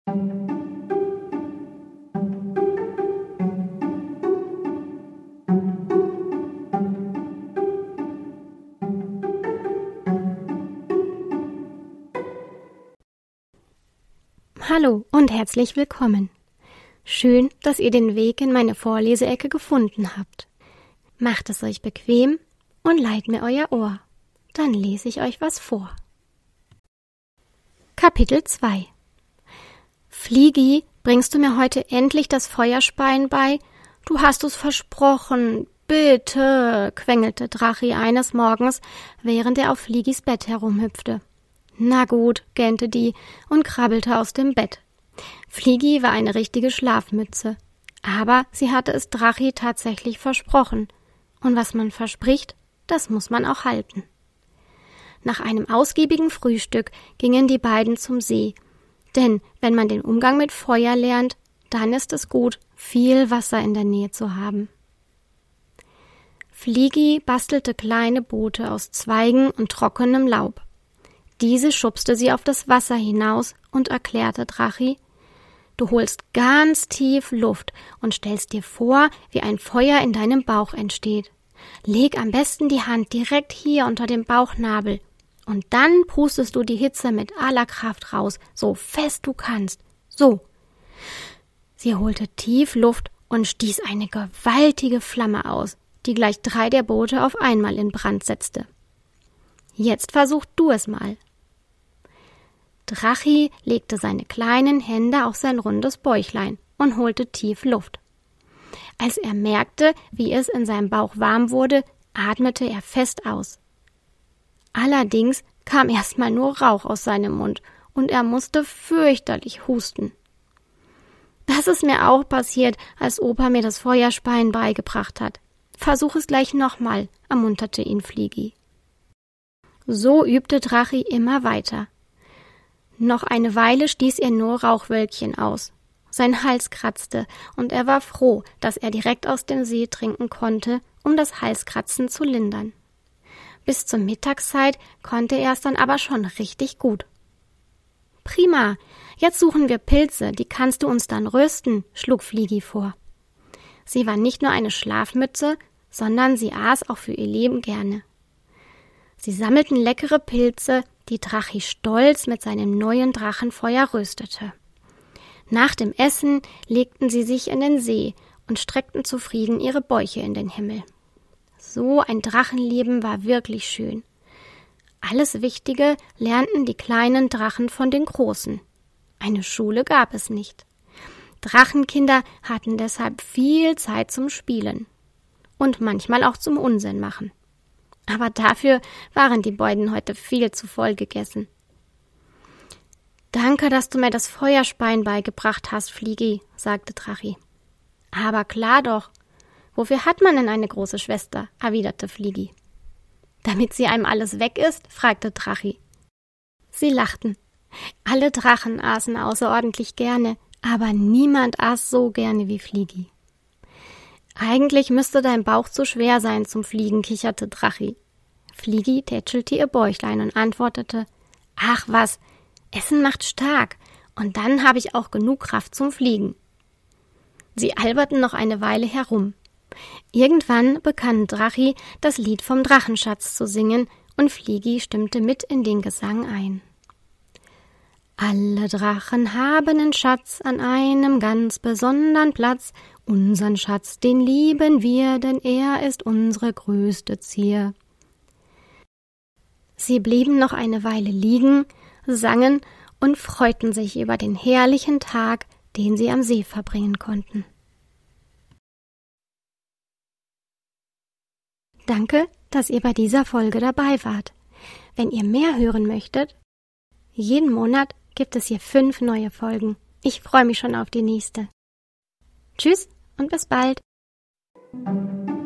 Hallo und herzlich willkommen. Schön, dass ihr den Weg in meine Vorleseecke gefunden habt. Macht es euch bequem und leiht mir euer Ohr. Dann lese ich euch was vor. Kapitel 2 Fliegi, bringst du mir heute endlich das Feuerspeien bei? Du hast es versprochen. Bitte, quengelte Drachi eines Morgens, während er auf Fliegis Bett herumhüpfte. Na gut, gähnte die und krabbelte aus dem Bett. Fliegi war eine richtige Schlafmütze. Aber sie hatte es Drachi tatsächlich versprochen. Und was man verspricht, das muss man auch halten. Nach einem ausgiebigen Frühstück gingen die beiden zum See. Denn wenn man den Umgang mit Feuer lernt, dann ist es gut, viel Wasser in der Nähe zu haben. Fliegi bastelte kleine Boote aus Zweigen und trockenem Laub. Diese schubste sie auf das Wasser hinaus und erklärte Drachi: Du holst ganz tief Luft und stellst dir vor, wie ein Feuer in deinem Bauch entsteht. Leg am besten die Hand direkt hier unter dem Bauchnabel und dann pustest du die Hitze mit aller Kraft raus, so fest du kannst. So. Sie holte tief Luft und stieß eine gewaltige Flamme aus, die gleich 3 der Boote auf einmal in Brand setzte. Jetzt versuch du es mal. Drachi legte seine kleinen Hände auf sein rundes Bäuchlein und holte tief Luft. Als er merkte, wie es in seinem Bauch warm wurde, atmete er fest aus. Allerdings kam erstmal nur Rauch aus seinem Mund und er musste fürchterlich husten. Das ist mir auch passiert, als Opa mir das Feuerspeien beigebracht hat. Versuch es gleich nochmal, ermunterte ihn Fliegi. So übte Drachi immer weiter. Noch eine Weile stieß er nur Rauchwölkchen aus. Sein Hals kratzte, und er war froh, dass er direkt aus dem See trinken konnte, um das Halskratzen zu lindern. Bis zur Mittagszeit konnte er es dann aber schon richtig gut. Prima, jetzt suchen wir Pilze, die kannst du uns dann rösten, schlug Fliegi vor. Sie war nicht nur eine Schlafmütze, sondern sie aß auch für ihr Leben gerne. Sie sammelten leckere Pilze, die Drachi stolz mit seinem neuen Drachenfeuer röstete. Nach dem Essen legten sie sich in den See und streckten zufrieden ihre Bäuche in den Himmel. So ein Drachenleben war wirklich schön. Alles Wichtige lernten die kleinen Drachen von den Großen. Eine Schule gab es nicht. Drachenkinder hatten deshalb viel Zeit zum Spielen und manchmal auch zum Unsinn machen. Aber dafür waren die beiden heute viel zu voll gegessen. »Danke, dass du mir das Feuerspeien beigebracht hast, Fliegi«, sagte Drachi. »Aber klar doch. Wofür hat man denn eine große Schwester?«, erwiderte Fliegi. »Damit sie einem alles weg ist?«, fragte Drachi. Sie lachten. Alle Drachen aßen außerordentlich gerne, aber niemand aß so gerne wie Fliegi. »Eigentlich müsste dein Bauch zu schwer sein zum Fliegen«, kicherte Drachi. Fliegi tätschelte ihr Bäuchlein und antwortete: »Ach was, Essen macht stark, und dann habe ich auch genug Kraft zum Fliegen.« Sie alberten noch eine Weile herum. Irgendwann begann Drachi das Lied vom Drachenschatz zu singen, und Fliegi stimmte mit in den Gesang ein. »Alle Drachen haben einen Schatz an einem ganz besonderen Platz. Unseren Schatz, den lieben wir, denn er ist unsere größte Zier.« Sie blieben noch eine Weile liegen, sangen und freuten sich über den herrlichen Tag, den sie am See verbringen konnten. Danke, dass ihr bei dieser Folge dabei wart. Wenn ihr mehr hören möchtet, jeden Monat gibt es hier 5 neue Folgen. Ich freue mich schon auf die nächste. Tschüss und bis bald.